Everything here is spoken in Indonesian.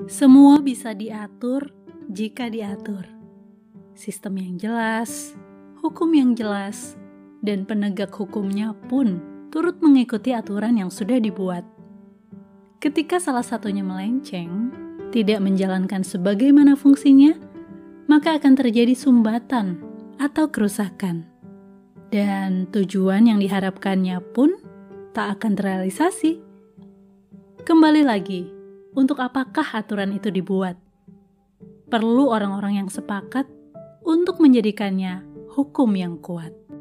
Semua bisa diatur jika diatur. Sistem yang jelas, hukum yang jelas, dan penegak hukumnya pun turut mengikuti aturan yang sudah dibuat. Ketika salah satunya melenceng, tidak menjalankan sebagaimana fungsinya, maka akan terjadi sumbatan atau kerusakan. Dan tujuan yang diharapkannya pun tak akan terrealisasi. Kembali lagi, untuk apakah aturan itu dibuat? Perlu orang-orang yang sepakat untuk menjadikannya hukum yang kuat.